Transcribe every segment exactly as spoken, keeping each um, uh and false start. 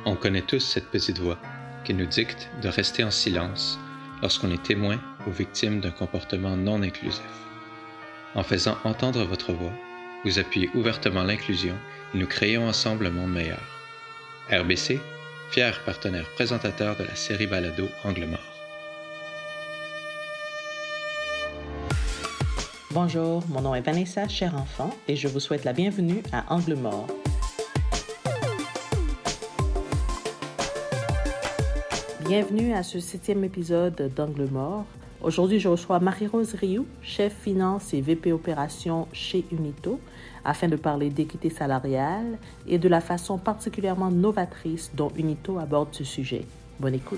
On connaît tous cette petite voix qui nous dicte de rester en silence lorsqu'on est témoin ou victime d'un comportement non inclusif. En faisant entendre votre voix, vous appuyez ouvertement l'inclusion et nous créons ensemble un monde meilleur. R B C, fier partenaire présentateur de la série balado Angle mort. Bonjour, mon nom est Vanessa Cher-Enfant et je vous souhaite la bienvenue à Angle mort. Bienvenue à ce septième épisode d'Angle mort. Aujourd'hui, je reçois Marie-Rose Rioux, chef finance et V P opération chez Unito, afin de parler d'équité salariale et de la façon particulièrement novatrice dont Unito aborde ce sujet. Bonne écoute.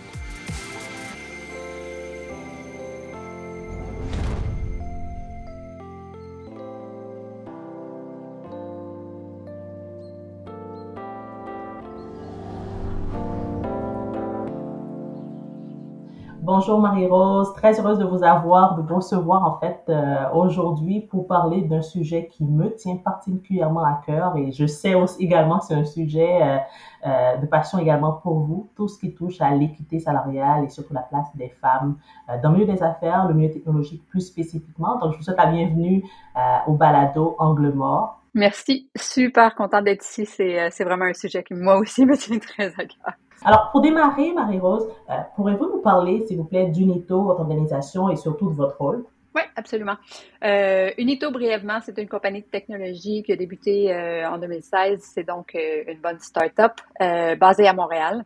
Bonjour Marie-Rose, très heureuse de vous avoir, de vous recevoir en fait euh, aujourd'hui pour parler d'un sujet qui me tient particulièrement à cœur et je sais aussi également que c'est un sujet euh, euh, de passion également pour vous, tout ce qui touche à l'équité salariale et surtout la place des femmes euh, dans le milieu des affaires, le milieu technologique plus spécifiquement. Donc je vous souhaite la bienvenue euh, au balado Angle mort. Merci, super contente d'être ici, c'est, c'est vraiment un sujet qui moi aussi me tient très à cœur. Alors, pour démarrer, Marie-Rose, euh, pourrez-vous nous parler, s'il vous plaît, d'Unito, votre organisation et surtout de votre rôle? Oui, absolument. Euh, Unito, brièvement, c'est une compagnie de technologie qui a débuté euh, en deux mille seize. C'est donc euh, une bonne start-up euh, basée à Montréal.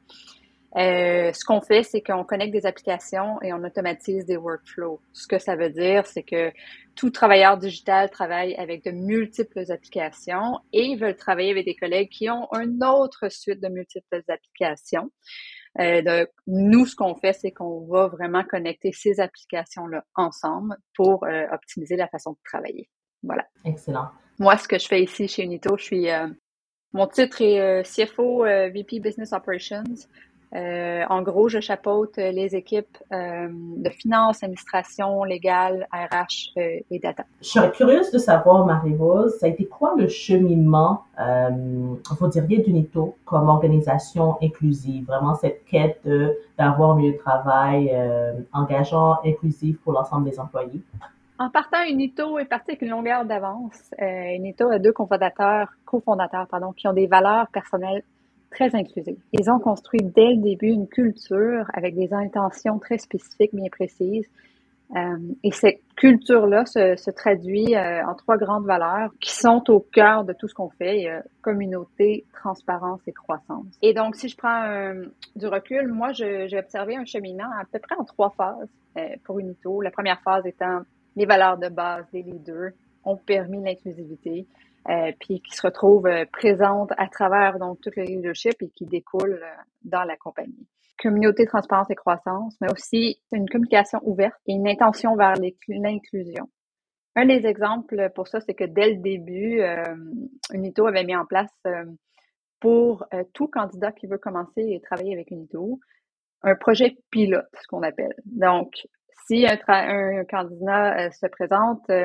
Euh, ce qu'on fait, c'est qu'on connecte des applications et on automatise des workflows. Ce que ça veut dire, c'est que tout travailleur digital travaille avec de multiples applications et veulent travailler avec des collègues qui ont une autre suite de multiples applications. Euh, donc, nous, ce qu'on fait, c'est qu'on va vraiment connecter ces applications-là ensemble pour euh, optimiser la façon de travailler. Voilà. Excellent. Moi, ce que je fais ici chez Unito, je suis... Euh, mon titre est euh, C F O euh, V P Business Operations. Euh, en gros, je chapeaute les équipes euh, de finance, administration, légale, R H euh, et data. Je serais curieuse de savoir, Marie-Rose, ça a été quoi le cheminement, euh, vous diriez, d'Unito comme organisation inclusive, vraiment cette quête de, d'avoir un milieu de travail euh, engageant, inclusif pour l'ensemble des employés? En partant, Unito est parti avec une longueur d'avance. Euh, Unito a deux cofondateurs, cofondateurs pardon, qui ont des valeurs personnelles très inclusives. Ils ont construit dès le début une culture avec des intentions très spécifiques, bien précises. Euh, et cette culture-là se, se traduit euh, en trois grandes valeurs qui sont au cœur de tout ce qu'on fait, euh, communauté, transparence et croissance. Et donc, si je prends euh, du recul, moi, je, j'ai observé un cheminement à peu près en trois phases euh, pour Unito. La première phase étant les valeurs de base des leaders ont permis l'inclusivité, euh, puis qui se retrouvent euh, présentes à travers donc tout le leadership et qui découlent euh, dans la compagnie. Communauté, transparence et croissance, mais aussi une communication ouverte et une intention vers l'inclusion. Un des exemples pour ça, c'est que dès le début, euh, Unito avait mis en place euh, pour euh, tout candidat qui veut commencer et travailler avec Unito, un projet pilote, ce qu'on appelle. Donc, si un, tra- un candidat euh, se présente, euh,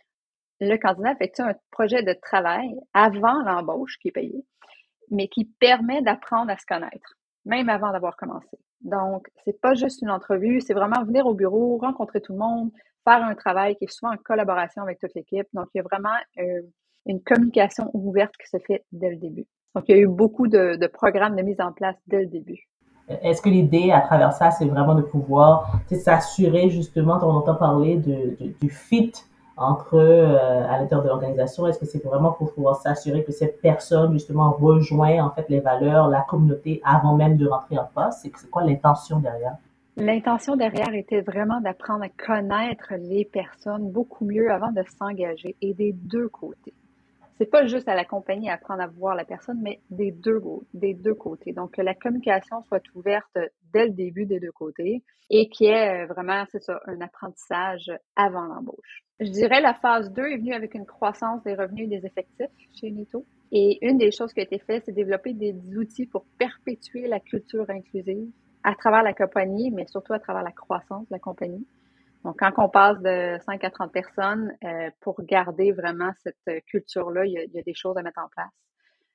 le candidat effectue un projet de travail avant l'embauche qui est payé, mais qui permet d'apprendre à se connaître, même avant d'avoir commencé. Donc, c'est pas juste une entrevue, c'est vraiment venir au bureau, rencontrer tout le monde, faire un travail qui est souvent en collaboration avec toute l'équipe. Donc, il y a vraiment euh, une communication ouverte qui se fait dès le début. Donc, il y a eu beaucoup de, de programmes de mise en place dès le début. Est-ce que l'idée à travers ça, c'est vraiment de pouvoir s'assurer justement, on entend parler de, de, du fit entre euh, à l'intérieur de l'organisation, est-ce que c'est vraiment pour pouvoir s'assurer que cette personne justement rejoint en fait les valeurs, la communauté avant même de rentrer en poste? C'est, c'est quoi l'intention derrière? L'intention derrière était vraiment d'apprendre à connaître les personnes beaucoup mieux avant de s'engager et des deux côtés. C'est pas juste à la compagnie apprendre à voir la personne, mais des deux, des deux côtés. Donc, que la communication soit ouverte dès le début des deux côtés et qu'il y ait vraiment, c'est ça, un apprentissage avant l'embauche. Je dirais la phase deux est venue avec une croissance des revenus et des effectifs chez Unito. Et une des choses qui a été faite, c'est développer des outils pour perpétuer la culture inclusive à travers la compagnie, mais surtout à travers la croissance de la compagnie. Donc, quand on passe de cinq à trente personnes, euh, pour garder vraiment cette culture-là, il y, a, il y a des choses à mettre en place.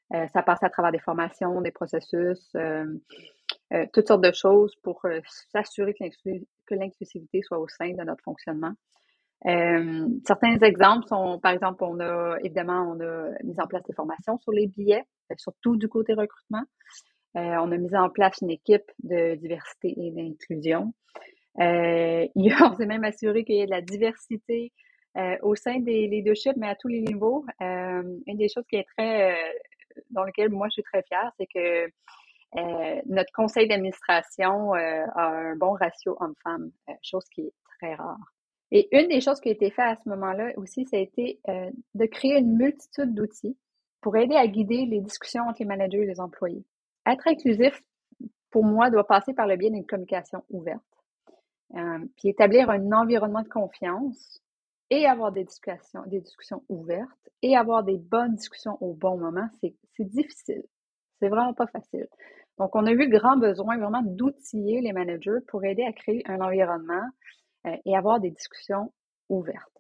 Euh, ça passe à travers des formations, des processus, euh, euh, toutes sortes de choses pour euh, s'assurer que, l'inclus- que l'inclusivité soit au sein de notre fonctionnement. Euh, certains exemples sont, par exemple, on a évidemment, on a mis en place des formations sur les billets, euh, surtout du côté recrutement. Euh, on a mis en place une équipe de diversité et d'inclusion. Euh, on s'est même assuré qu'il y ait de la diversité euh, au sein des leaderships, mais à tous les niveaux. Euh, une des choses qui est très, euh, dans lequel moi je suis très fière, c'est que euh, notre conseil d'administration euh, a un bon ratio homme-femme, euh, chose qui est très rare. Et une des choses qui a été faite à ce moment-là aussi, ça a été euh, de créer une multitude d'outils pour aider à guider les discussions entre les managers et les employés. Être inclusif, pour moi, doit passer par le biais d'une communication ouverte. Euh, puis établir un environnement de confiance et avoir des discussions, des discussions ouvertes et avoir des bonnes discussions au bon moment, c'est, c'est difficile. C'est vraiment pas facile. Donc, on a eu grand besoin vraiment d'outiller les managers pour aider à créer un environnement euh, et avoir des discussions ouvertes.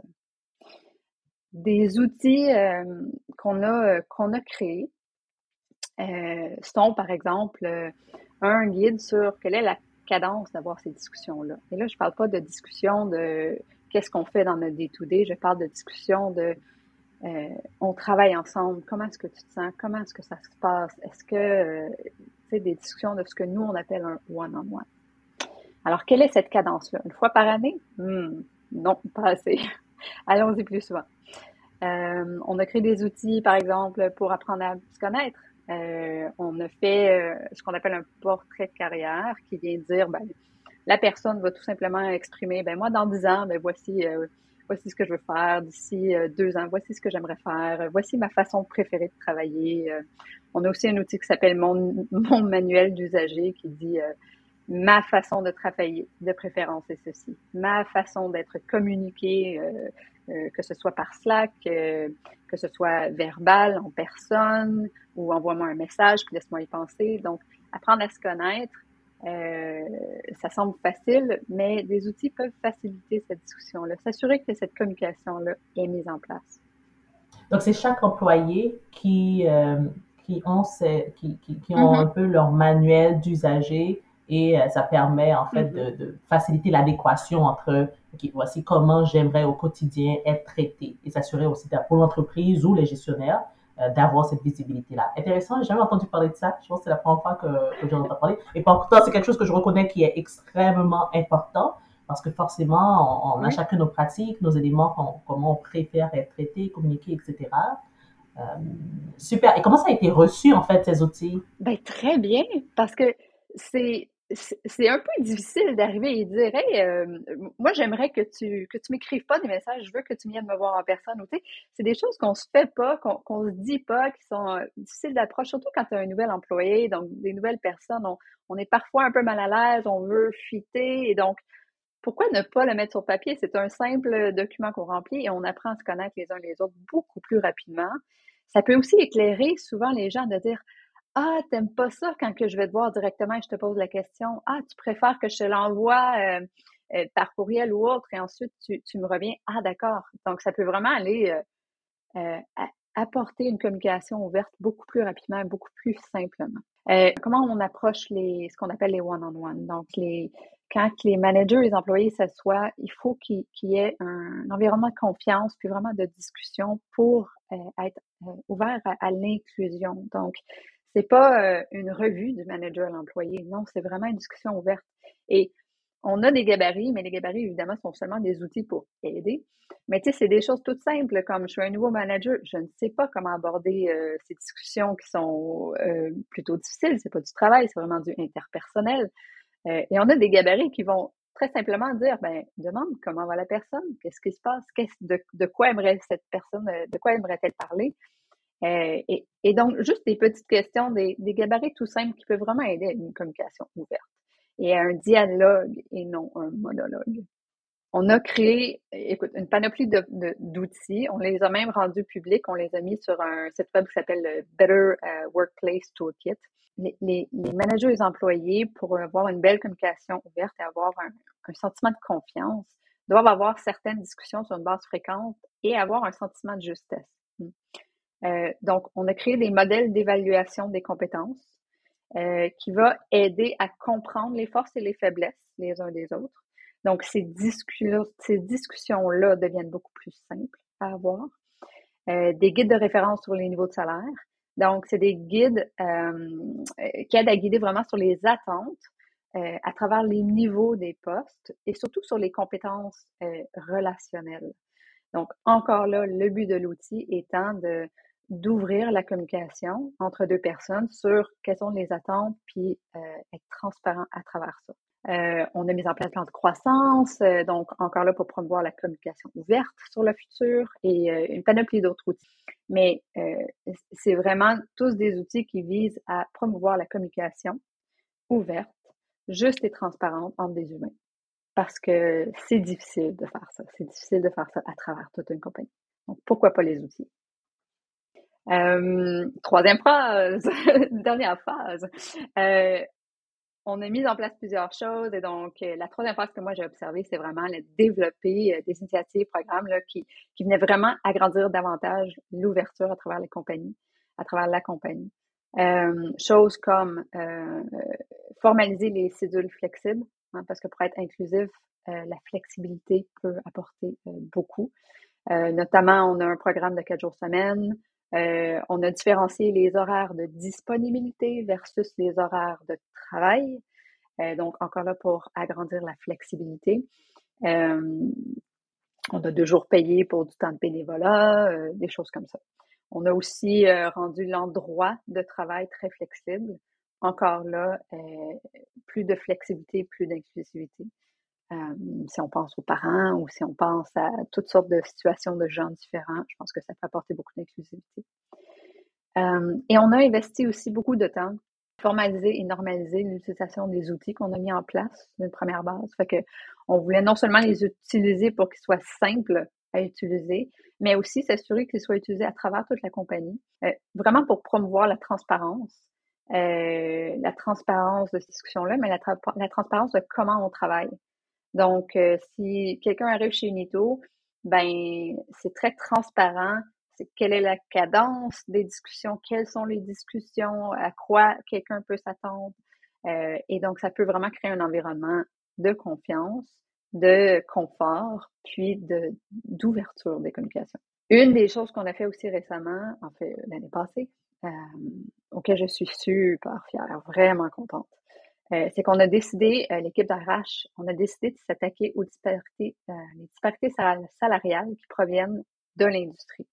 Des outils euh, qu'on a, qu'on a créés euh, sont, par exemple, euh, un guide sur quelle est la cadence d'avoir ces discussions-là. Et là, je parle pas de discussion de qu'est-ce qu'on fait dans notre day-to-day, je parle de discussion de euh, on travaille ensemble, comment est-ce que tu te sens, comment est-ce que ça se passe, est-ce que, euh, tu sais, des discussions de ce que nous, on appelle un one-on-one. Alors, quelle est cette cadence-là? Une fois par année? Hmm, non, pas assez. Allons-y plus souvent. Euh, on a créé des outils, par exemple, pour apprendre à se connaître. Euh, on a fait euh, ce qu'on appelle un portrait de carrière qui vient dire, ben, la personne va tout simplement exprimer, ben moi, dans dix ans, ben voici, euh, voici ce que je veux faire. D'ici euh, deux ans, voici ce que j'aimerais faire. Voici ma façon préférée de travailler. Euh, on a aussi un outil qui s'appelle mon, mon manuel d'usager qui dit euh, ma façon de travailler, de préférence, c'est ceci. Ma façon d'être communiqué, euh, euh, que ce soit par Slack, euh, que ce soit verbal, en personne, ou envoie-moi un message, puis laisse-moi y penser. Donc, apprendre à se connaître, euh, ça semble facile, mais des outils peuvent faciliter cette discussion-là, s'assurer que cette communication-là est mise en place. Donc, c'est chaque employé qui, euh, qui, ont ces, qui, qui, qui ont un Mm-hmm. peu leur manuel d'usager et euh, ça permet en fait Mm-hmm. de, de faciliter l'adéquation entre okay, voici comment j'aimerais au quotidien être traité et s'assurer aussi pour l'entreprise ou les gestionnaires euh, d'avoir cette visibilité-là. Intéressant, j'ai jamais entendu parler de ça. Je pense que c'est la première fois que, que j'en entends parler. Et pourtant, c'est quelque chose que je reconnais qui est extrêmement important parce que forcément, on, on a Oui. chacun nos pratiques, nos éléments, on, comment on préfère être traité, communiquer, et cetera. Euh, super. Et comment ça a été reçu, en fait, ces outils? Ben, très bien, parce que c'est c'est un peu difficile d'arriver et dire hey, euh, moi j'aimerais que tu que tu m'écrives pas des messages, je veux que tu viennes me voir en personne. Ou tu sais, c'est des choses qu'on se fait pas, qu'on qu'on se dit pas, qui sont euh, difficiles d'approche, surtout quand tu as un nouvel employé, donc des nouvelles personnes, on, on est parfois un peu mal à l'aise, on veut fuiter, et donc pourquoi ne pas le mettre sur papier? C'est un simple document qu'on remplit et on apprend à se connaître les uns les autres beaucoup plus rapidement. Ça peut aussi éclairer souvent les gens de dire ah, t'aimes pas ça quand que je vais te voir directement et je te pose la question. Ah, tu préfères que je te l'envoie euh, euh, par courriel ou autre et ensuite tu, tu me reviens. Ah, d'accord. Donc, ça peut vraiment aller euh, euh, apporter une communication ouverte beaucoup plus rapidement et beaucoup plus simplement. Euh, comment on approche les, ce qu'on appelle les one-on-one? Donc, les, quand les managers, les employés s'assoient, il faut qu'il, qu'il y ait un, un environnement de confiance puis vraiment de discussion pour euh, être euh, ouvert à, à l'inclusion. Donc, c'est pas euh, une revue du manager à l'employé. Non, c'est vraiment une discussion ouverte. Et on a des gabarits, mais les gabarits, évidemment, sont seulement des outils pour aider. Mais tu sais, c'est des choses toutes simples, comme je suis un nouveau manager, je ne sais pas comment aborder euh, ces discussions qui sont euh, plutôt difficiles. C'est pas du travail, c'est vraiment du interpersonnel. Euh, et on a des gabarits qui vont très simplement dire, ben, demande comment va la personne, qu'est-ce qui se passe, qu'est-ce, de, de quoi aimerait cette personne, de quoi aimerait-elle parler. Euh, et, et donc, juste des petites questions, des, des gabarits tout simples qui peuvent vraiment aider à une communication ouverte et à un dialogue et non un monologue. On a créé, écoute, une panoplie de, de, d'outils. On les a même rendus publics. On les a mis sur un site web qui s'appelle le Better uh, Workplace Toolkit. Les, les, les managers et les employés, pour avoir une belle communication ouverte et avoir un, un sentiment de confiance, doivent avoir certaines discussions sur une base fréquente et avoir un sentiment de justesse. Euh, donc, on a créé des modèles d'évaluation des compétences euh, qui va aider à comprendre les forces et les faiblesses les uns des autres. Donc, ces, discu ces discussions-là deviennent beaucoup plus simples à avoir. Euh, des guides de référence sur les niveaux de salaire. Donc, c'est des guides euh, qui aident à guider vraiment sur les attentes euh, à travers les niveaux des postes et surtout sur les compétences euh, relationnelles. Donc, encore là, le but de l'outil étant de d'ouvrir la communication entre deux personnes sur quelles sont les attentes, puis euh, être transparent à travers ça. Euh, on a mis en place un plan de croissance, euh, donc encore là pour promouvoir la communication ouverte sur le futur et euh, une panoplie d'autres outils. Mais euh, c'est vraiment tous des outils qui visent à promouvoir la communication ouverte, juste et transparente entre des humains. Parce que c'est difficile de faire ça. C'est difficile de faire ça à travers toute une compagnie. Donc, pourquoi pas les outils? Euh, troisième phase, dernière phase. Euh, on a mis en place plusieurs choses et donc euh, la troisième phase que moi j'ai observée, c'est vraiment le développer euh, des initiatives, programmes là, qui, qui venaient vraiment agrandir davantage l'ouverture à travers les compagnies, à travers la compagnie. Euh, choses comme euh, formaliser les cédules flexibles, hein, parce que pour être inclusif, euh, la flexibilité peut apporter euh, beaucoup. Euh, notamment, on a un programme de quatre jours semaine. Euh, on a différencié les horaires de disponibilité versus les horaires de travail. Euh, donc, encore là, pour agrandir la flexibilité. Euh, on a deux jours payés pour du temps de bénévolat, euh, des choses comme ça. On a aussi euh, rendu l'endroit de travail très flexible. Encore là, euh, plus de flexibilité, plus d'inclusivité. Euh, si on pense aux parents ou si on pense à toutes sortes de situations de gens différents, je pense que ça peut apporter beaucoup d'inclusivité. Euh, et on a investi aussi beaucoup de temps pour formaliser et normaliser l'utilisation des outils qu'on a mis en place d'une première base. Fait que on voulait non seulement les utiliser pour qu'ils soient simples à utiliser, mais aussi s'assurer qu'ils soient utilisés à travers toute la compagnie, euh, vraiment pour promouvoir la transparence. Euh, la transparence de ces discussions-là, mais la, tra la transparence de comment on travaille. Donc, euh, si quelqu'un arrive chez Unito, ben c'est très transparent. C'est quelle est la cadence des discussions, quelles sont les discussions, à quoi quelqu'un peut s'attendre. Euh, et donc, ça peut vraiment créer un environnement de confiance, de confort, puis de d'ouverture des communications. Une des choses qu'on a fait aussi récemment, en fait l'année passée, euh, auquel je suis super fière, vraiment contente, euh, c'est qu'on a décidé, euh, l'équipe d'R H, on a décidé de s'attaquer aux disparités, euh, les disparités salariales qui proviennent de l'industrie.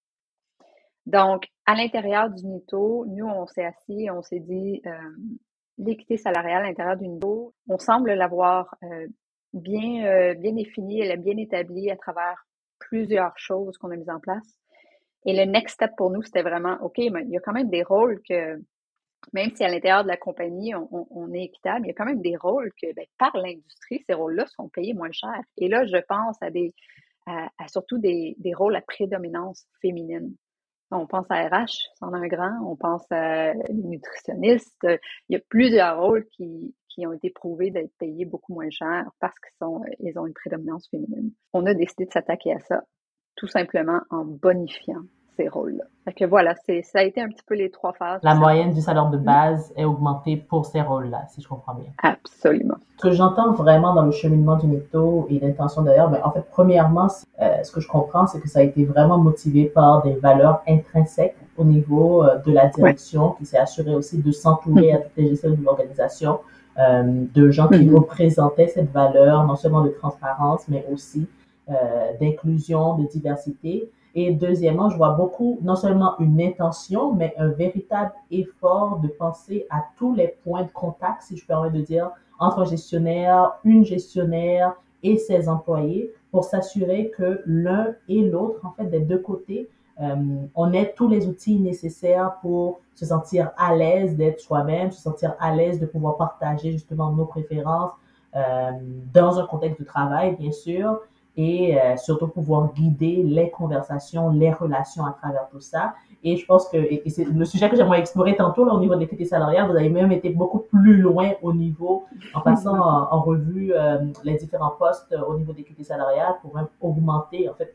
Donc, à l'intérieur du Unito, nous, on s'est assis, on s'est dit, euh, l'équité salariale à l'intérieur du Unito, on semble l'avoir euh, bien, euh, bien définie, elle est bien établie à travers plusieurs choses qu'on a mises en place. Et le next step pour nous, c'était vraiment, OK, mais il y a quand même des rôles que, même si à l'intérieur de la compagnie, on, on, on est équitable, il y a quand même des rôles que, ben, par l'industrie, ces rôles-là sont payés moins cher. Et là, je pense à des, à, à surtout des, des rôles à prédominance féminine. On pense à R H, c'en a un grand, on pense à les nutritionnistes. Il y a plusieurs rôles qui, qui ont été prouvés d'être payés beaucoup moins cher parce qu'ils sont, ils ont une prédominance féminine. On a décidé de s'attaquer à ça, tout simplement en bonifiant ces rôles-là. Fait que voilà, c'est, ça a été un petit peu les trois phases. La moyenne du salaire de base est augmentée pour ces rôles-là, si je comprends bien. Absolument. Ce que j'entends vraiment dans le cheminement du Unito et l'intention d'ailleurs, ben, en fait, premièrement, euh, ce que je comprends, c'est que ça a été vraiment motivé par des valeurs intrinsèques au niveau euh, de la direction, ouais, qui s'est assuré aussi de s'entourer mm-hmm. à toutes les gestions de l'organisation, euh, de gens qui mm-hmm. représentaient cette valeur, non seulement de transparence, mais aussi euh, d'inclusion, de diversité. Et deuxièmement, je vois beaucoup, non seulement une intention, mais un véritable effort de penser à tous les points de contact, si je permets de dire, entre un gestionnaire, une gestionnaire et ses employés pour s'assurer que l'un et l'autre, en fait, des deux côtés, euh, on ait tous les outils nécessaires pour se sentir à l'aise d'être soi-même, se sentir à l'aise de pouvoir partager justement nos préférences euh, dans un contexte de travail, bien sûr, et euh, surtout pouvoir guider les conversations, les relations à travers tout ça. Et je pense que, et c'est le sujet que j'aimerais explorer tantôt, là, au niveau de l'équité salariale, vous avez même été beaucoup plus loin au niveau, en passant en, en revue euh, les différents postes au niveau de l'équité salariale pour même augmenter, en fait,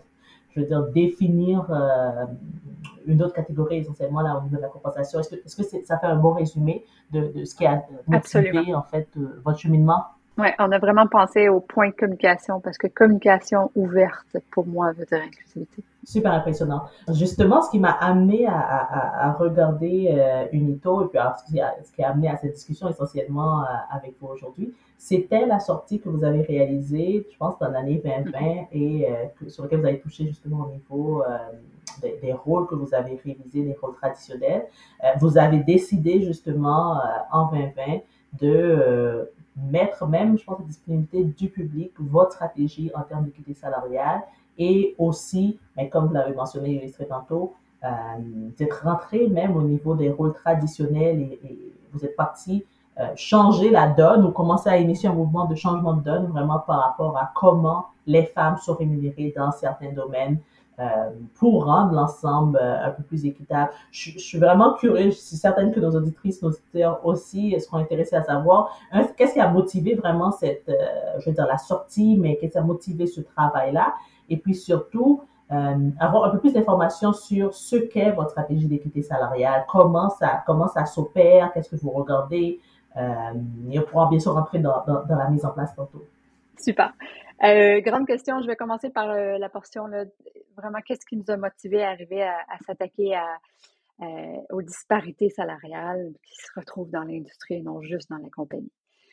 je veux dire, définir euh, une autre catégorie essentiellement là au niveau de la compensation. Est-ce que, est-ce que c'est, ça fait un bon résumé de, de ce qui a Absolument. motivé en fait euh, votre cheminement? Ouais, on a vraiment pensé au point de communication parce que communication ouverte, pour moi, veut dire inclusivité. Super impressionnant. Justement, ce qui m'a amené à, à, à regarder euh, Unito et puis alors, ce, qui a, ce qui a amené à cette discussion essentiellement euh, avec vous aujourd'hui, c'était la sortie que vous avez réalisée, je pense, dans l'année vingt vingt et euh, que, sur laquelle vous avez touché justement au niveau euh, des, des rôles que vous avez réalisés, des rôles traditionnels. Euh, vous avez décidé justement euh, en vingt vingt de euh, mettre même, je pense, la disponibilité du public, votre stratégie en termes d'équité salariale et aussi, mais comme vous l'avez mentionné illustré tantôt, euh, d'être rentré même au niveau des rôles traditionnels et, et vous êtes parti euh, changer la donne ou commencer à initier un mouvement de changement de donne vraiment par rapport à comment les femmes sont rémunérées dans certains domaines euh, pour rendre l'ensemble euh, un peu plus équitable. Je, je suis vraiment curieuse, je suis certaine que nos auditrices, nos auditeurs aussi seront intéressés à savoir hein, qu'est-ce qui a motivé vraiment cette, euh, je veux dire la sortie, mais qu'est-ce qui a motivé ce travail-là et puis surtout, euh, avoir un peu plus d'informations sur ce qu'est votre stratégie d'équité salariale, comment ça, comment ça s'opère, qu'est-ce que vous regardez, euh, et on pourra bien sûr rentrer dans, dans, dans la mise en place tantôt. Super. Euh, grande question. Je vais commencer par euh, la portion là, vraiment qu'est-ce qui nous a motivés à arriver à, à s'attaquer à, euh, aux disparités salariales qui se retrouvent dans l'industrie et non juste dans la compagnie.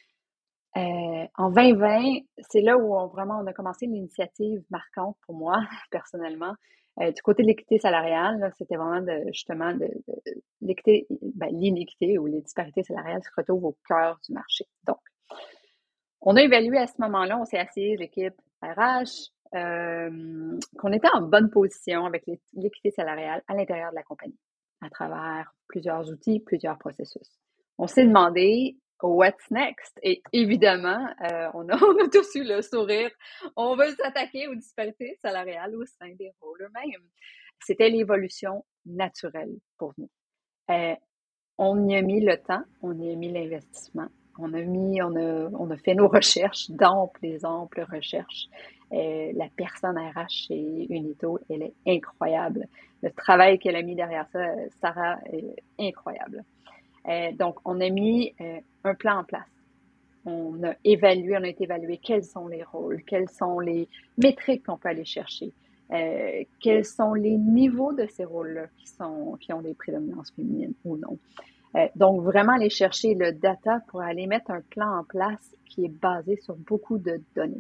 Euh, en vingt vingt, c'est là où on, vraiment on a commencé une initiative marquante pour moi, personnellement. Euh, du côté de l'équité salariale, là, c'était vraiment de, justement de, de, de l'équité, ben, l'inéquité ou les disparités salariales se retrouvent au cœur du marché. Donc, on a évalué à ce moment-là, on s'est assis, l'équipe R H, euh, qu'on était en bonne position avec l'équité salariale à l'intérieur de la compagnie, à travers plusieurs outils, plusieurs processus. On s'est demandé what's next? Et évidemment, euh, on, a, on a tous eu le sourire. On veut s'attaquer aux disparités salariales au sein des rôles eux-mêmes. C'était l'évolution naturelle pour nous. Euh, on y a mis le temps, on y a mis l'investissement. On a mis, on a, on a fait nos recherches, d'amples et amples recherches. Euh, la personne R H chez Unito, elle est incroyable. Le travail qu'elle a mis derrière ça, Sarah, est incroyable. Euh, donc, on a mis euh, un plan en place. On a évalué, on a été évalué quels sont les rôles, quelles sont les métriques qu'on peut aller chercher, euh, quels sont les niveaux de ces rôles-là qui sont, qui ont des prédominances féminines ou non. Euh, donc, vraiment aller chercher le data pour aller mettre un plan en place qui est basé sur beaucoup de données.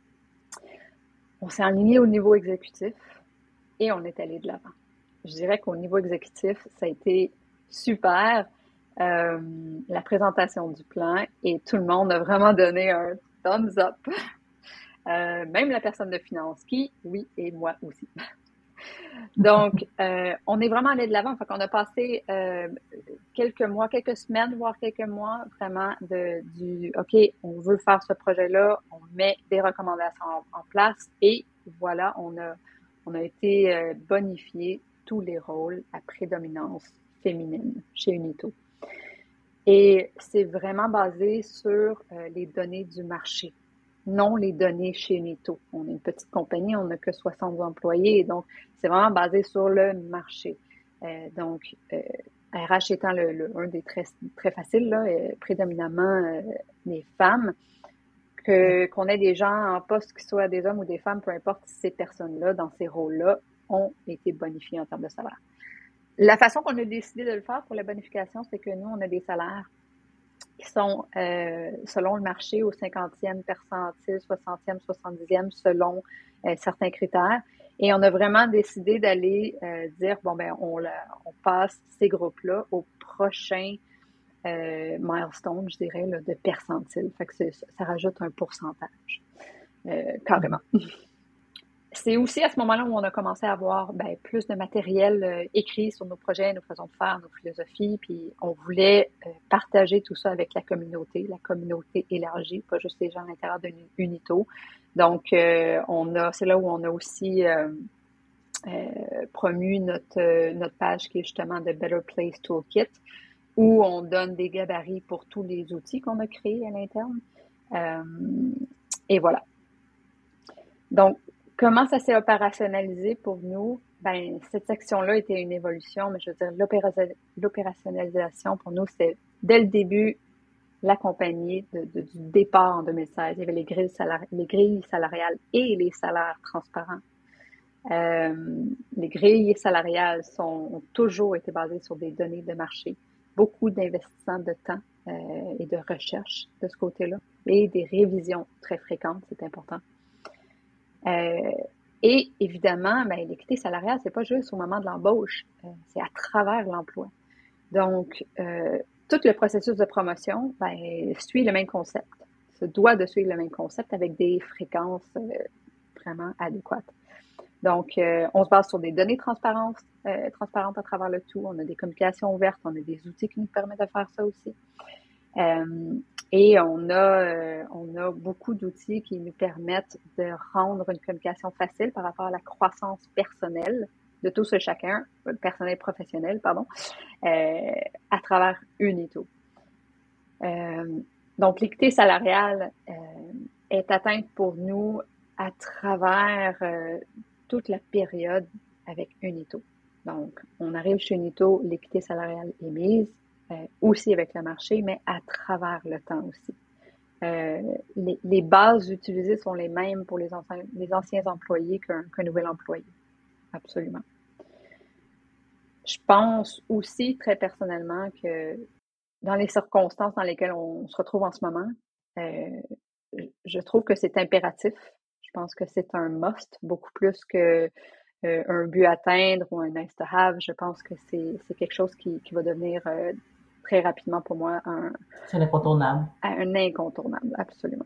On s'est aligné au niveau exécutif et on est allé de l'avant. Je dirais qu'au niveau exécutif, ça a été super. Euh, la présentation du plan et tout le monde a vraiment donné un thumbs up. Euh, même la personne de finance qui, oui, et moi aussi. Donc, euh, on est vraiment allé de l'avant. Fait qu'on a passé euh, quelques mois, quelques semaines, voire quelques mois, vraiment de du OK, on veut faire ce projet-là, on met des recommandations en, en place et voilà, on a on a été euh, bonifié tous les rôles à prédominance féminine chez Unito. Et c'est vraiment basé sur euh, les données du marché, non les données chez Unito. On est une petite compagnie, on n'a que soixante employés, donc c'est vraiment basé sur le marché. Euh, donc, euh, R H étant le, le, un des très, très faciles, là, euh, prédominamment euh, les femmes, que, qu'on ait des gens en poste, qu'ils soient des hommes ou des femmes, peu importe, ces personnes-là, dans ces rôles-là, ont été bonifiées en termes de salaire. La façon qu'on a décidé de le faire pour la bonification, c'est que nous, on a des salaires qui sont euh, selon le marché au cinquantième percentile, soixantième, soixante-dixième, selon euh, certains critères. Et on a vraiment décidé d'aller euh, dire, bon, ben, on, on passe ces groupes-là au prochain euh, milestone, je dirais, là, de percentile. Fait que ça rajoute un pourcentage, euh, carrément. C'est aussi à ce moment-là où on a commencé à avoir ben, plus de matériel euh, écrit sur nos projets, nos façons de faire, nos philosophies, puis on voulait euh, partager tout ça avec la communauté, la communauté élargie, pas juste les gens à l'intérieur de Unito. Donc, euh, on a, c'est là où on a aussi euh, euh, promu notre, euh, notre page qui est justement de Better Place Toolkit, où on donne des gabarits pour tous les outils qu'on a créés à l'interne. Euh, et voilà. Donc, Comment ça s'est opérationnalisé pour nous? Ben, cette section-là était une évolution, mais je veux dire, l'opéra- l'opérationnalisation pour nous, c'est dès le début l'accompagner de, de- du départ en deux mille seize. Il y avait les grilles, salari- les grilles salariales et les salaires transparents. Euh, les grilles salariales sont, ont toujours été basées sur des données de marché, beaucoup d'investissement de temps euh, et de recherche de ce côté-là, et des révisions très fréquentes, c'est important. Euh, et évidemment, ben, l'équité salariale, c'est pas juste au moment de l'embauche, euh, c'est à travers l'emploi. Donc, euh, tout le processus de promotion ben, suit le même concept, se doit de suivre le même concept avec des fréquences euh, vraiment adéquates. Donc, euh, on se base sur des données transparentes, euh, transparentes à travers le tout. On a des communications ouvertes, on a des outils qui nous permettent de faire ça aussi. Euh, et on a, euh, on a beaucoup d'outils qui nous permettent de rendre une communication facile par rapport à la croissance personnelle de tous et chacun, personnel et professionnel, pardon, euh, à travers Unito. Euh, donc, l'équité salariale euh, est atteinte pour nous à travers euh, toute la période avec Unito. Donc, on arrive chez Unito, l'équité salariale est mise, euh, aussi avec le marché, mais à travers le temps aussi. Euh, les, les bases utilisées sont les mêmes pour les, anciens, les anciens employés qu'un qu'un nouvel employé. Absolument. Je pense aussi très personnellement que dans les circonstances dans lesquelles on se retrouve en ce moment, euh, je trouve que c'est impératif. Je pense que c'est un must, beaucoup plus que euh, un but à atteindre ou un nice to have. Je pense que c'est, c'est quelque chose qui, qui va devenir euh, très rapidement pour moi un, C'est incontournable. un incontournable, absolument.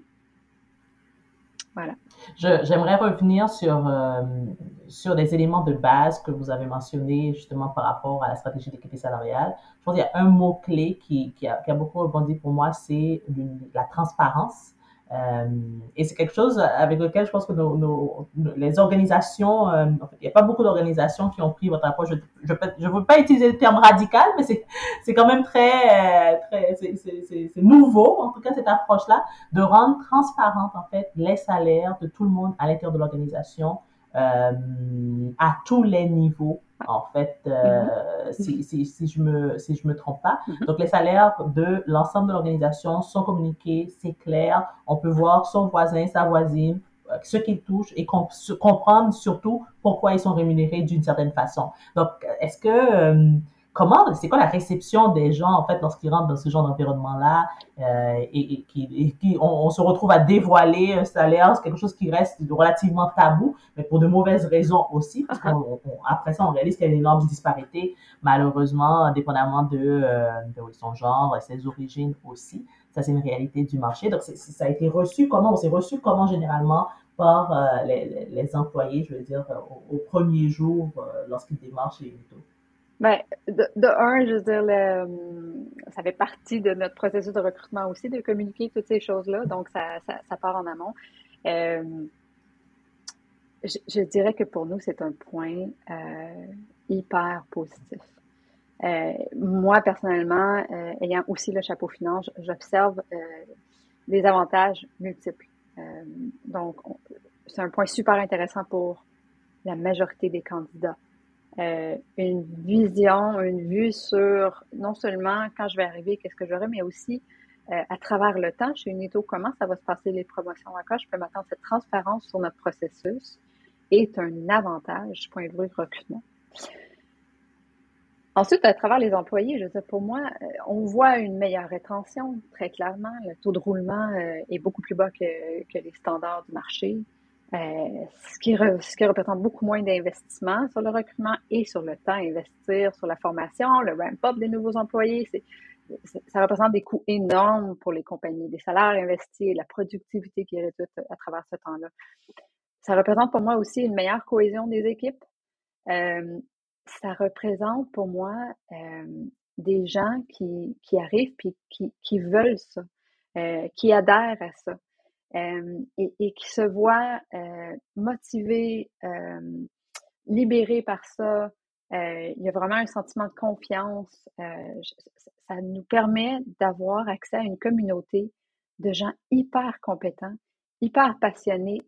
Voilà. Je, j'aimerais revenir sur, euh, sur des éléments de base que vous avez mentionnés justement par rapport à la stratégie d'équité salariale. Je pense qu'il y a un mot-clé qui, qui, a, qui a beaucoup rebondi pour moi, c'est la transparence. Euh, et c'est quelque chose avec lequel je pense que nos, nos, nos les organisations, euh, en fait, il n'y a pas beaucoup d'organisations qui ont pris votre approche. Je ne je, je veux pas utiliser le terme radical, mais c'est, c'est quand même très, très c'est, c'est, c'est, c'est nouveau, en tout cas, cette approche-là, de rendre transparente, en fait, les salaires de tout le monde à l'intérieur de l'organisation, euh, à tous les niveaux, en fait, euh, Mm-hmm. si, si, si je me si je me trompe pas. Mm-hmm. Donc les salaires de l'ensemble de l'organisation sont communiqués, c'est clair. On peut voir son voisin, sa voisine, ce qu'ils touchent et comp- comprendre surtout pourquoi ils sont rémunérés d'une certaine façon. Donc est-ce que euh, comment, c'est quoi la réception des gens en fait lorsqu'ils rentrent dans ce genre d'environnement-là euh, et, et, qui, et qui on, on se retrouve à dévoiler un salaire, c'est quelque chose qui reste relativement tabou, mais pour de mauvaises raisons aussi, parce qu'après ça on réalise qu'il y a une énorme disparité, malheureusement, indépendamment de, euh, de son genre, ses origines aussi. Ça c'est une réalité du marché. Donc c'est, ça a été reçu comment, on s'est reçu comment généralement par euh, les, les employés, je veux dire, au, au premier jour euh, lorsqu'ils démarrent chez Unito. Ben, de, de un, je veux dire, le, ça fait partie de notre processus de recrutement aussi de communiquer toutes ces choses-là, donc ça, ça, ça part en amont. Euh, je, je dirais que pour nous, c'est un point euh, hyper positif. Euh, moi, personnellement, euh, ayant aussi le chapeau finance, j'observe euh, des avantages multiples. Euh, donc, on, c'est un point super intéressant pour la majorité des candidats. Euh, une vision, une vue sur non seulement quand je vais arriver, qu'est-ce que j'aurai, mais aussi euh, à travers le temps chez Unito, comment ça va se passer les promotions, à quoi je peux m'attendre. Cette transparence sur notre processus est un avantage du point de vue recrutement. Ensuite, à travers les employés, je veux dire, pour moi, on voit une meilleure rétention, très clairement. Le taux de roulement euh, est beaucoup plus bas que, que les standards du marché, euh, ce, qui re, ce qui représente beaucoup moins d'investissement sur le recrutement et sur le temps à investir, sur la formation, le ramp-up des nouveaux employés. C'est, c'est, ça représente des coûts énormes pour les compagnies, des salaires investis et la productivité qui est réduite à travers ce temps-là. Ça représente pour moi aussi une meilleure cohésion des équipes. Euh, ça représente pour moi euh, des gens qui, qui arrivent puis qui, qui veulent ça, euh, qui adhèrent à ça euh, et, et qui se voient euh, motivés, euh, libérés par ça. Euh, il y a vraiment un sentiment de confiance. Euh, ça nous permet d'avoir accès à une communauté de gens hyper compétents, hyper passionnés,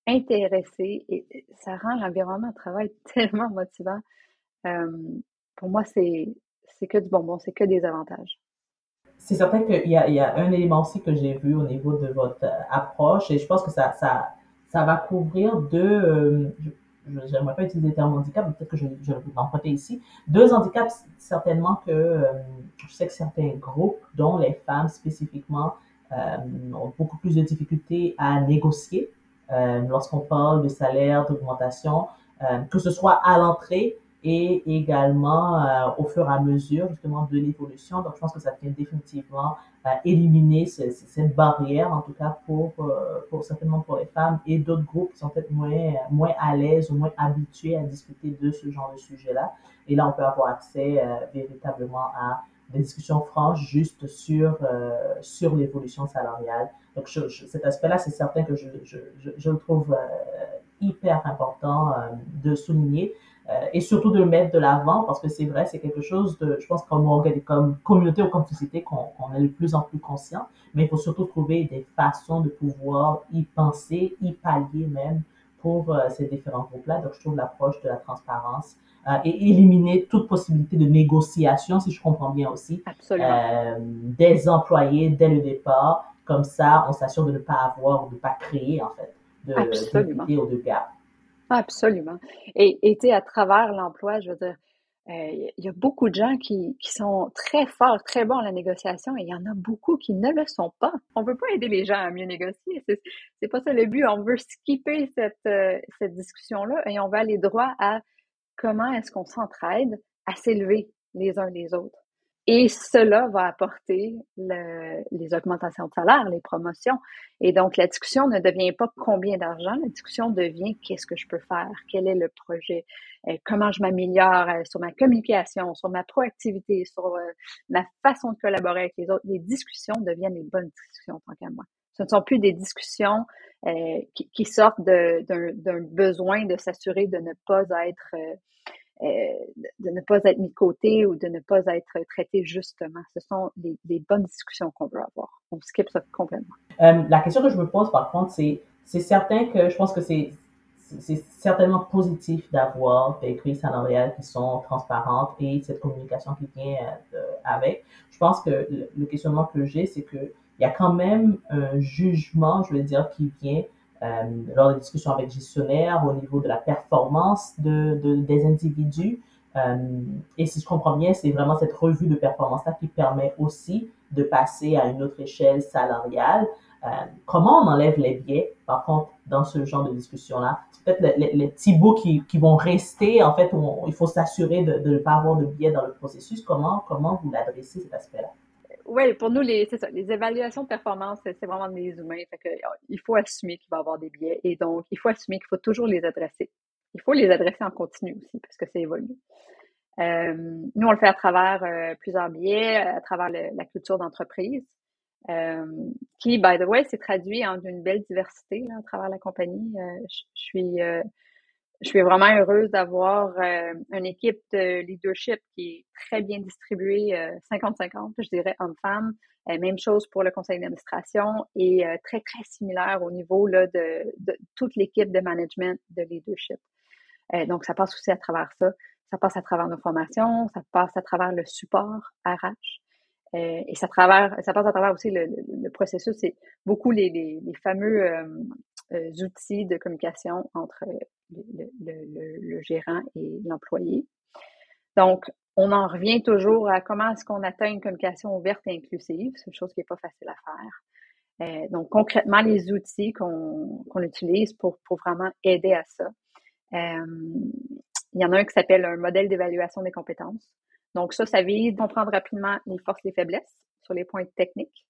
intéressés et ça rend l'environnement de travail tellement motivant. Euh, pour moi, c'est, c'est que du bonbon, c'est que des avantages. C'est certain qu'il y a, il y a un élément aussi que j'ai vu au niveau de votre euh, approche et je pense que ça, ça, ça va couvrir deux, euh, je, j'aimerais pas utiliser le terme handicap, mais peut-être que je, je vais l'emprunter ici. Deux handicaps, certainement que euh, je sais que certains groupes, dont les femmes spécifiquement, euh, ont beaucoup plus de difficultés à négocier euh, lorsqu'on parle de salaire, d'augmentation, euh, que ce soit à l'entrée et également euh, au fur et à mesure justement de l'évolution. Donc, je pense que ça vient définitivement euh, éliminer ce, cette barrière, en tout cas pour, euh, pour certainement pour les femmes et d'autres groupes qui sont peut-être moins, moins à l'aise ou moins habitués à discuter de ce genre de sujet-là. Et là, on peut avoir accès euh, véritablement à des discussions franches juste sur, euh, sur l'évolution salariale. Donc, je, je, cet aspect-là, c'est certain que je, je, je, je le trouve euh, hyper important euh, de souligner. Euh, et surtout de le mettre de l'avant parce que c'est vrai, c'est quelque chose de, je pense, comme, comme communauté ou comme société qu'on qu'on est de plus en plus conscient, mais il faut surtout trouver des façons de pouvoir y penser, y pallier même pour euh, ces différents groupes-là. Donc, je trouve l'approche de la transparence euh, et éliminer toute possibilité de négociation, si je comprends bien aussi, Absolument. euh, des employés dès le départ. Comme ça, on s'assure de ne pas avoir ou de ne pas créer, en fait, Absolument. d'impité ou de gap. Absolument. Et, et tu sais, à travers l'emploi, je veux dire, euh, il y a beaucoup de gens qui, qui sont très forts, très bons à la négociation et il y en a beaucoup qui ne le sont pas. On veut pas aider les gens à mieux négocier. C'est, c'est pas ça le but. On veut skipper cette, euh, cette discussion-là et on va aller droit à comment est-ce qu'on s'entraide à s'élever les uns les autres. Et cela va apporter le, les augmentations de salaire, les promotions. Et donc, la discussion ne devient pas combien d'argent, la discussion devient qu'est-ce que je peux faire, quel est le projet, euh, comment je m'améliore euh, sur ma communication, sur ma proactivité, sur euh, ma façon de collaborer avec les autres. Les discussions deviennent les bonnes discussions, tant qu'à moi. Ce ne sont plus des discussions euh, qui, qui sortent de, d'un, d'un besoin de s'assurer de ne pas être... Euh, euh, de ne pas être mis de côté ou de ne pas être traité justement. Ce sont les, les bonnes discussions qu'on veut avoir. On skip ça complètement. Euh, la question que je me pose par contre, c'est c'est certain que je pense que c'est c'est certainement positif d'avoir des grilles salariales qui sont transparentes et cette communication qui vient euh, avec. Je pense que le, le questionnement que j'ai, c'est que il y a quand même un jugement, je veux dire, qui vient euh, lors des discussions avec gestionnaires au niveau de la performance de, de des individus. Euh, et si je comprends bien, c'est vraiment cette revue de performance-là qui permet aussi de passer à une autre échelle salariale. Euh, comment on enlève les biais, par contre, dans ce genre de discussion-là? C'est peut-être les, les, petits bouts qui, qui vont rester, en fait, où on, il faut s'assurer de, de ne pas avoir de biais dans le processus. Comment, comment vous l'adressez, cet aspect-là? Oui, pour nous, les, c'est ça, les évaluations de performance, c'est, c'est vraiment des humains. Fait que, il faut assumer qu'il va y avoir des biais et donc, il faut assumer qu'il faut toujours les adresser. Il faut les adresser en continu aussi parce que ça évolue. Euh, nous, on le fait à travers euh, plusieurs biais, à travers le, la culture d'entreprise, euh, qui, by the way, s'est traduit en une belle diversité là, à travers la compagnie. Euh, je, je suis euh, je suis vraiment heureuse d'avoir euh, une équipe de leadership qui est très bien distribuée, euh, cinquante cinquante, je dirais, hommes-femmes. Euh, même chose pour le conseil d'administration et euh, très, très similaire au niveau là, de, de toute l'équipe de management de leadership. Euh, donc, ça passe aussi à travers ça. Ça passe à travers nos formations, ça passe à travers le support R H. Euh, et ça, travers, ça passe à travers aussi le, le, le processus. C'est beaucoup les, les, les fameux euh, euh, outils de communication entre le, le, le, le gérant et l'employé. Donc, on en revient toujours à comment est-ce qu'on atteint une communication ouverte et inclusive. C'est une chose qui n'est pas facile à faire. Euh, donc, concrètement, les outils qu'on, qu'on utilise pour, pour vraiment aider à ça. Euh, il y en a un qui s'appelle un modèle d'évaluation des compétences. Donc ça, ça vise à comprendre rapidement les forces et les faiblesses sur les points techniques.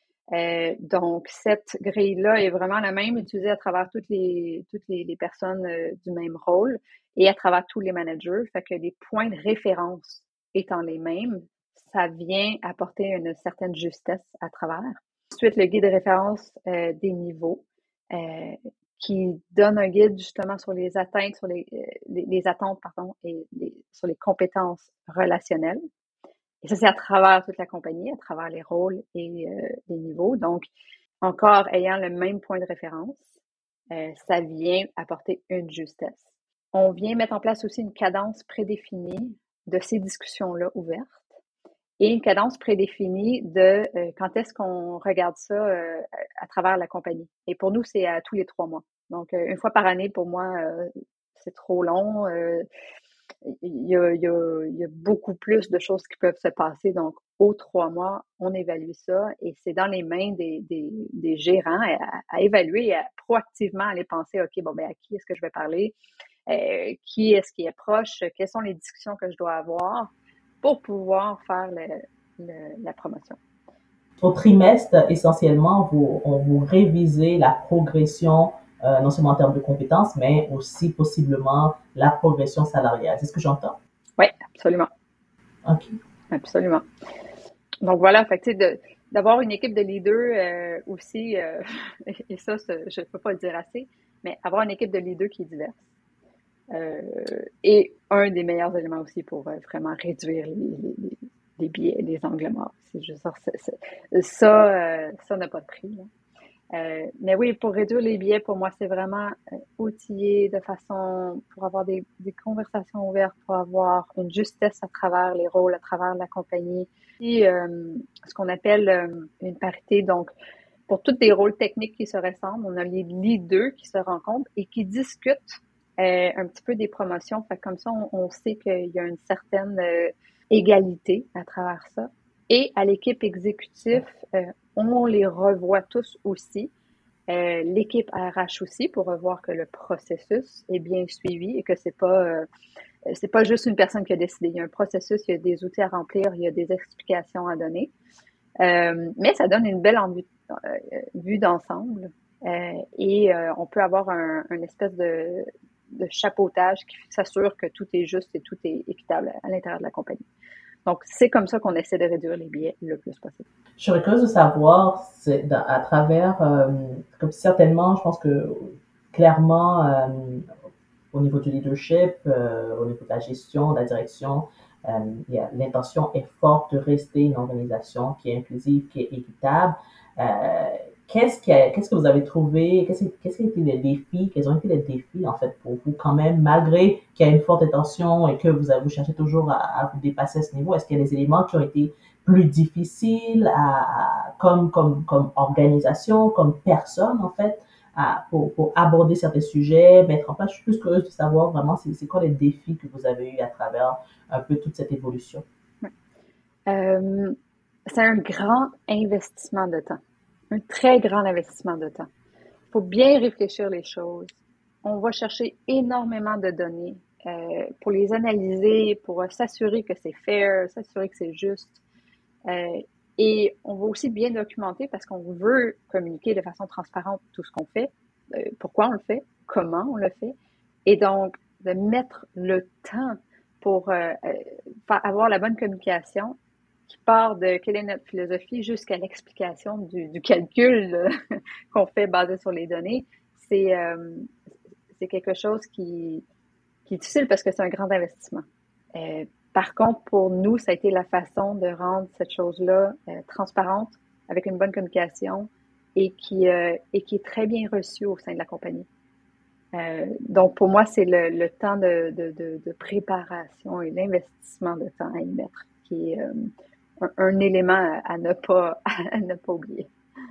Euh, donc cette grille-là est vraiment la même, utilisée à travers toutes les toutes les, les personnes euh, du même rôle et à travers tous les managers. Fait que les points de référence étant les mêmes, ça vient apporter une certaine justesse à travers. Ensuite, le guide de référence euh, des niveaux. Euh, qui donne un guide justement sur les atteintes, sur les, les, les attentes, pardon, et les, sur les compétences relationnelles. Et ça, c'est à travers toute la compagnie, à travers les rôles et euh, les niveaux. Donc, encore ayant le même point de référence. euh, ça vient apporter une justesse. On vient mettre en place aussi une cadence prédéfinie de ces discussions-là ouvertes et une cadence prédéfinie de euh, quand est-ce qu'on regarde ça euh, à travers la compagnie. Et pour nous, c'est à tous les trois mois. Donc, euh, une fois par année, pour moi, euh, c'est trop long. Euh, il, y a, il, y a, il y a beaucoup plus de choses qui peuvent se passer. Donc, aux trois mois, on évalue ça et c'est dans les mains des, des, des gérants à, à évaluer et à proactivement aller penser, OK, bon, ben à qui est-ce que je vais parler? Euh, qui est-ce qui est proche? Quelles sont les discussions que je dois avoir pour pouvoir faire le, le, la promotion? Au trimestre, essentiellement, vous, on vous révisez la progression, euh, non seulement en termes de compétences, mais aussi possiblement la progression salariale. C'est ce que j'entends? Oui, absolument. OK. Absolument. Donc voilà, fait que, tu sais, de, d'avoir une équipe de leaders euh, aussi, euh, et ça, je ne peux pas le dire assez, mais avoir une équipe de leaders qui est diverse. Euh, et un des meilleurs éléments aussi pour euh, vraiment réduire les, les, les biais, les angles morts. C'est juste ça, c'est, c'est, ça, euh, ça n'a pas de prix. Là. Euh, mais oui, pour réduire les biais, pour moi, c'est vraiment euh, outiller de façon pour avoir des, des conversations ouvertes, pour avoir une justesse à travers les rôles, à travers la compagnie. Et euh, ce qu'on appelle euh, une parité, donc pour tous les rôles techniques qui se ressemblent, on a les leaders qui se rencontrent et qui discutent euh, un petit peu des promotions. Fait comme ça, on, on sait qu'il y a une certaine euh, égalité à travers ça. Et à l'équipe exécutive, euh, on les revoit tous aussi. Euh, l'équipe R H aussi pour revoir que le processus est bien suivi et que c'est pas euh, c'est pas juste une personne qui a décidé. Il y a un processus, il y a des outils à remplir, il y a des explications à donner. Euh, mais ça donne une belle envie, euh, vue d'ensemble euh, et euh, on peut avoir un, un espèce de, de chapeautage qui s'assure que tout est juste et tout est équitable à l'intérieur de la compagnie. Donc, c'est comme ça qu'on essaie de réduire les biais le plus possible. Je serais curieuse de savoir, c'est, dans, à travers, euh, comme certainement, je pense que clairement, euh, au niveau du leadership, euh, au niveau de la gestion, de la direction, euh, il y a, l'intention est forte de rester une organisation qui est inclusive, qui est équitable. Euh, qu'est-ce, qui a, qu'est-ce que vous avez trouvé, qu'est-ce, qu'est-ce qui a été les défis, quels ont été les défis en fait pour vous quand même, malgré qu'il y a une forte intention et que vous, vous cherchez toujours à, à vous dépasser à ce niveau, est-ce qu'il y a des éléments qui ont été plus difficiles à, à, comme, comme, comme organisation, comme personne en fait, à, pour, pour aborder certains sujets, mettre en place. Je suis plus curieuse de savoir vraiment c'est, c'est quoi les défis que vous avez eu à travers un peu toute cette évolution. Euh, c'est un grand investissement de temps, un très grand investissement de temps. Il faut bien réfléchir les choses. On va chercher énormément de données euh, pour les analyser, pour s'assurer que c'est fair, s'assurer que c'est juste. Euh, et on va aussi bien documenter parce qu'on veut communiquer de façon transparente tout ce qu'on fait, euh, pourquoi on le fait, comment on le fait. Et donc, de mettre le temps pour euh, avoir la bonne communication qui part de quelle est notre philosophie jusqu'à l'explication du, du calcul euh, qu'on fait basé sur les données, c'est, euh, c'est quelque chose qui, qui est difficile parce que c'est un grand investissement. Euh, par contre, pour nous, ça a été la façon de rendre cette chose-là euh, transparente, avec une bonne communication et qui, euh, et qui est très bien reçue au sein de la compagnie. Euh, donc, pour moi, c'est le, le temps de, de, de, de préparation et l'investissement de temps à y mettre qui est euh, un, un élément à, à ne pas à ne pas oublier.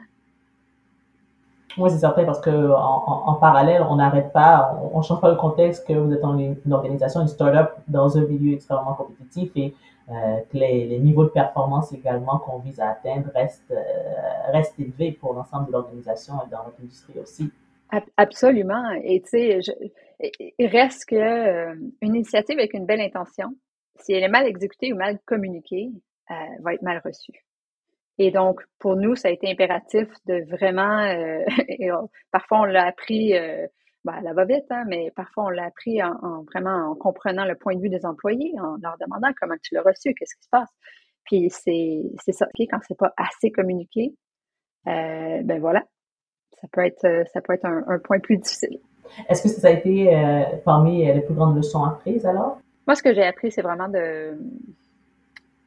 Oui, c'est certain parce que en, en, en parallèle, on n'arrête pas, on, on change pas le contexte que vous êtes en une, une organisation, une start-up dans un milieu extrêmement compétitif et euh, que les, les niveaux de performance également qu'on vise à atteindre restent, euh, restent élevés pour l'ensemble de l'organisation et dans notre industrie aussi. Absolument. Et tu sais, je, il reste que euh, une initiative avec une belle intention, si elle est mal exécutée ou mal communiquée, euh, va être mal reçue. Et donc, pour nous, ça a été impératif de vraiment, euh, et on, parfois on l'a appris, euh, ben, elle va vite, hein, mais parfois on l'a appris en, en vraiment en comprenant le point de vue des employés, en leur demandant comment tu l'as reçu, qu'est-ce qui se passe. Puis c'est c'est ça, quand c'est pas assez communiqué, euh, ben voilà, ça peut être ça peut être un, un point plus difficile. Est-ce que ça a été euh, parmi les plus grandes leçons apprises alors? Moi, ce que j'ai appris, c'est vraiment de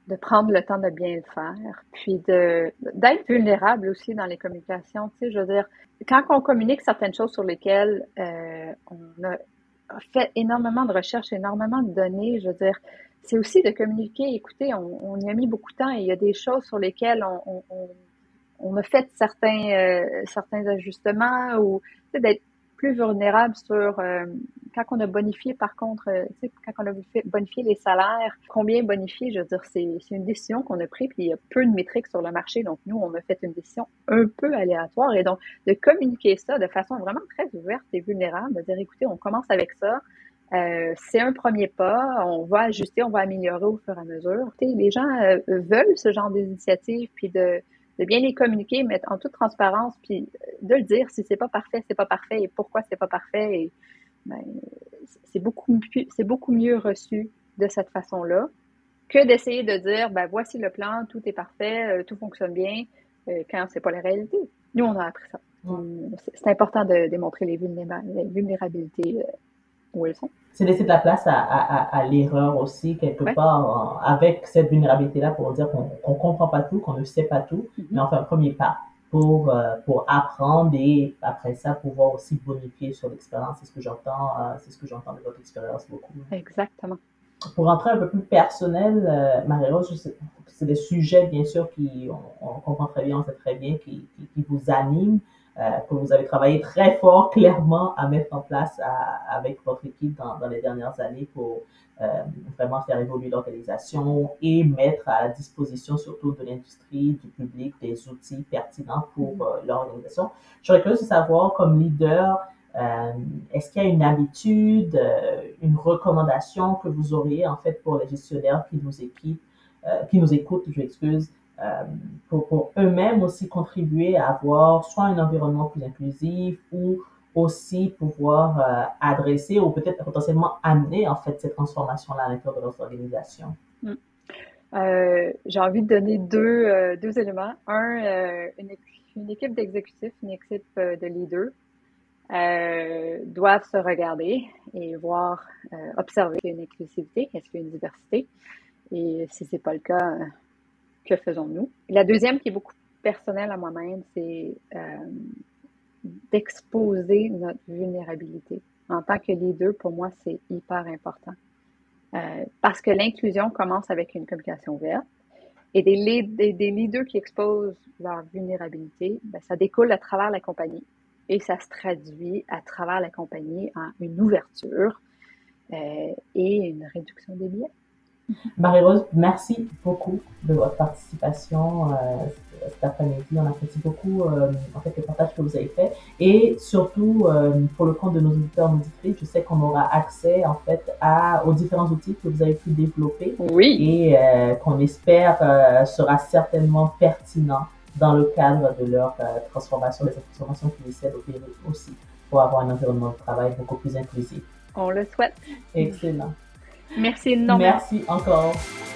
de prendre le temps de bien le faire, puis de d'être vulnérable aussi dans les communications. Tu sais, je veux dire, quand on communique certaines choses sur lesquelles euh, on a fait énormément de recherches, énormément de données, je veux dire, c'est aussi de communiquer. Écoutez, on, on y a mis beaucoup de temps et il y a des choses sur lesquelles on, on, on, on a fait certains euh, certains ajustements ou tu sais, d'être plus vulnérable sur euh, quand on a bonifié, par contre, euh, tu sais, quand on a bonifié les salaires, combien bonifier, je veux dire, c'est, c'est une décision qu'on a prise, puis il y a peu de métriques sur le marché, donc nous, on a fait une décision un peu aléatoire, et donc de communiquer ça de façon vraiment très ouverte et vulnérable, de dire, écoutez, on commence avec ça, euh, c'est un premier pas, on va ajuster, on va améliorer au fur et à mesure. Tu sais, les gens euh, veulent ce genre d'initiative, puis de de bien les communiquer, mais en toute transparence, puis de le dire si c'est pas parfait, c'est pas parfait et pourquoi c'est pas parfait. Et, ben, c'est beaucoup plus, c'est beaucoup mieux reçu de cette façon-là que d'essayer de dire, ben voici le plan, tout est parfait, euh, tout fonctionne bien, euh, quand c'est pas la réalité. Nous, on a appris ça. Hum, c'est, c'est important de démontrer les, vulnéra- les vulnérabilités euh, où elles sont. C'est laisser de la place à, à, à l'erreur aussi, quelque ouais. part, euh, avec cette vulnérabilité-là pour dire qu'on ne comprend pas tout, qu'on ne sait pas tout, mm-hmm. mais on fait un premier pas pour, euh, pour apprendre et après ça, pouvoir aussi bonifier sur l'expérience. C'est ce que j'entends, euh, c'est ce que j'entends de votre expérience beaucoup. Exactement. Pour rentrer un peu plus personnel, euh, Marie-Rose, c'est des sujets, bien sûr, qui, on, on comprend très bien, on sait très bien, qui, qui, qui vous animent. Euh, que vous avez travaillé très fort, clairement, à mettre en place à, avec votre équipe dans, dans les dernières années pour euh, vraiment faire évoluer l'organisation et mettre à la disposition surtout de l'industrie, du public, des outils pertinents pour euh, l'organisation. Je serais curieuse de savoir, comme leader, euh, est-ce qu'il y a une habitude, euh, une recommandation que vous auriez en fait pour les gestionnaires qui nous équipent, euh, qui nous écoutent, je m'excuse, Euh, pour, pour eux-mêmes aussi contribuer à avoir soit un environnement plus inclusif ou aussi pouvoir euh, adresser ou peut-être potentiellement amener en fait cette transformation-là à l'intérieur de notre organisation. Mm. Euh, j'ai envie de donner deux, euh, deux éléments. Un, euh, une, une équipe d'exécutifs, une équipe euh, de leaders euh, doivent se regarder et voir, euh, observer qu'il y a une inclusivité, est-ce qu'il y a une diversité. Et si c'est pas le cas, euh, que faisons-nous? La deuxième, qui est beaucoup personnelle à moi-même, c'est euh, d'exposer notre vulnérabilité. En tant que leader, pour moi, c'est hyper important. Euh, parce que l'inclusion commence avec une communication ouverte. Et des, lead, des, des leaders qui exposent leur vulnérabilité, ben, ça découle à travers la compagnie. Et ça se traduit à travers la compagnie en une ouverture euh, et une réduction des biais. Marie-Rose, merci beaucoup de votre participation euh, cet après-midi. On apprécie beaucoup euh, en fait, le partage que vous avez fait et surtout euh, pour le compte de nos auditeurs et auditrices, je sais qu'on aura accès en fait à, aux différents outils que vous avez pu développer oui. et euh, qu'on espère euh, sera certainement pertinent dans le cadre de leur euh, transformation, des transformations qu'ils essaient d'opérer aussi pour avoir un environnement de travail beaucoup plus inclusif. On le souhaite. Excellent. Merci énormément. Merci encore.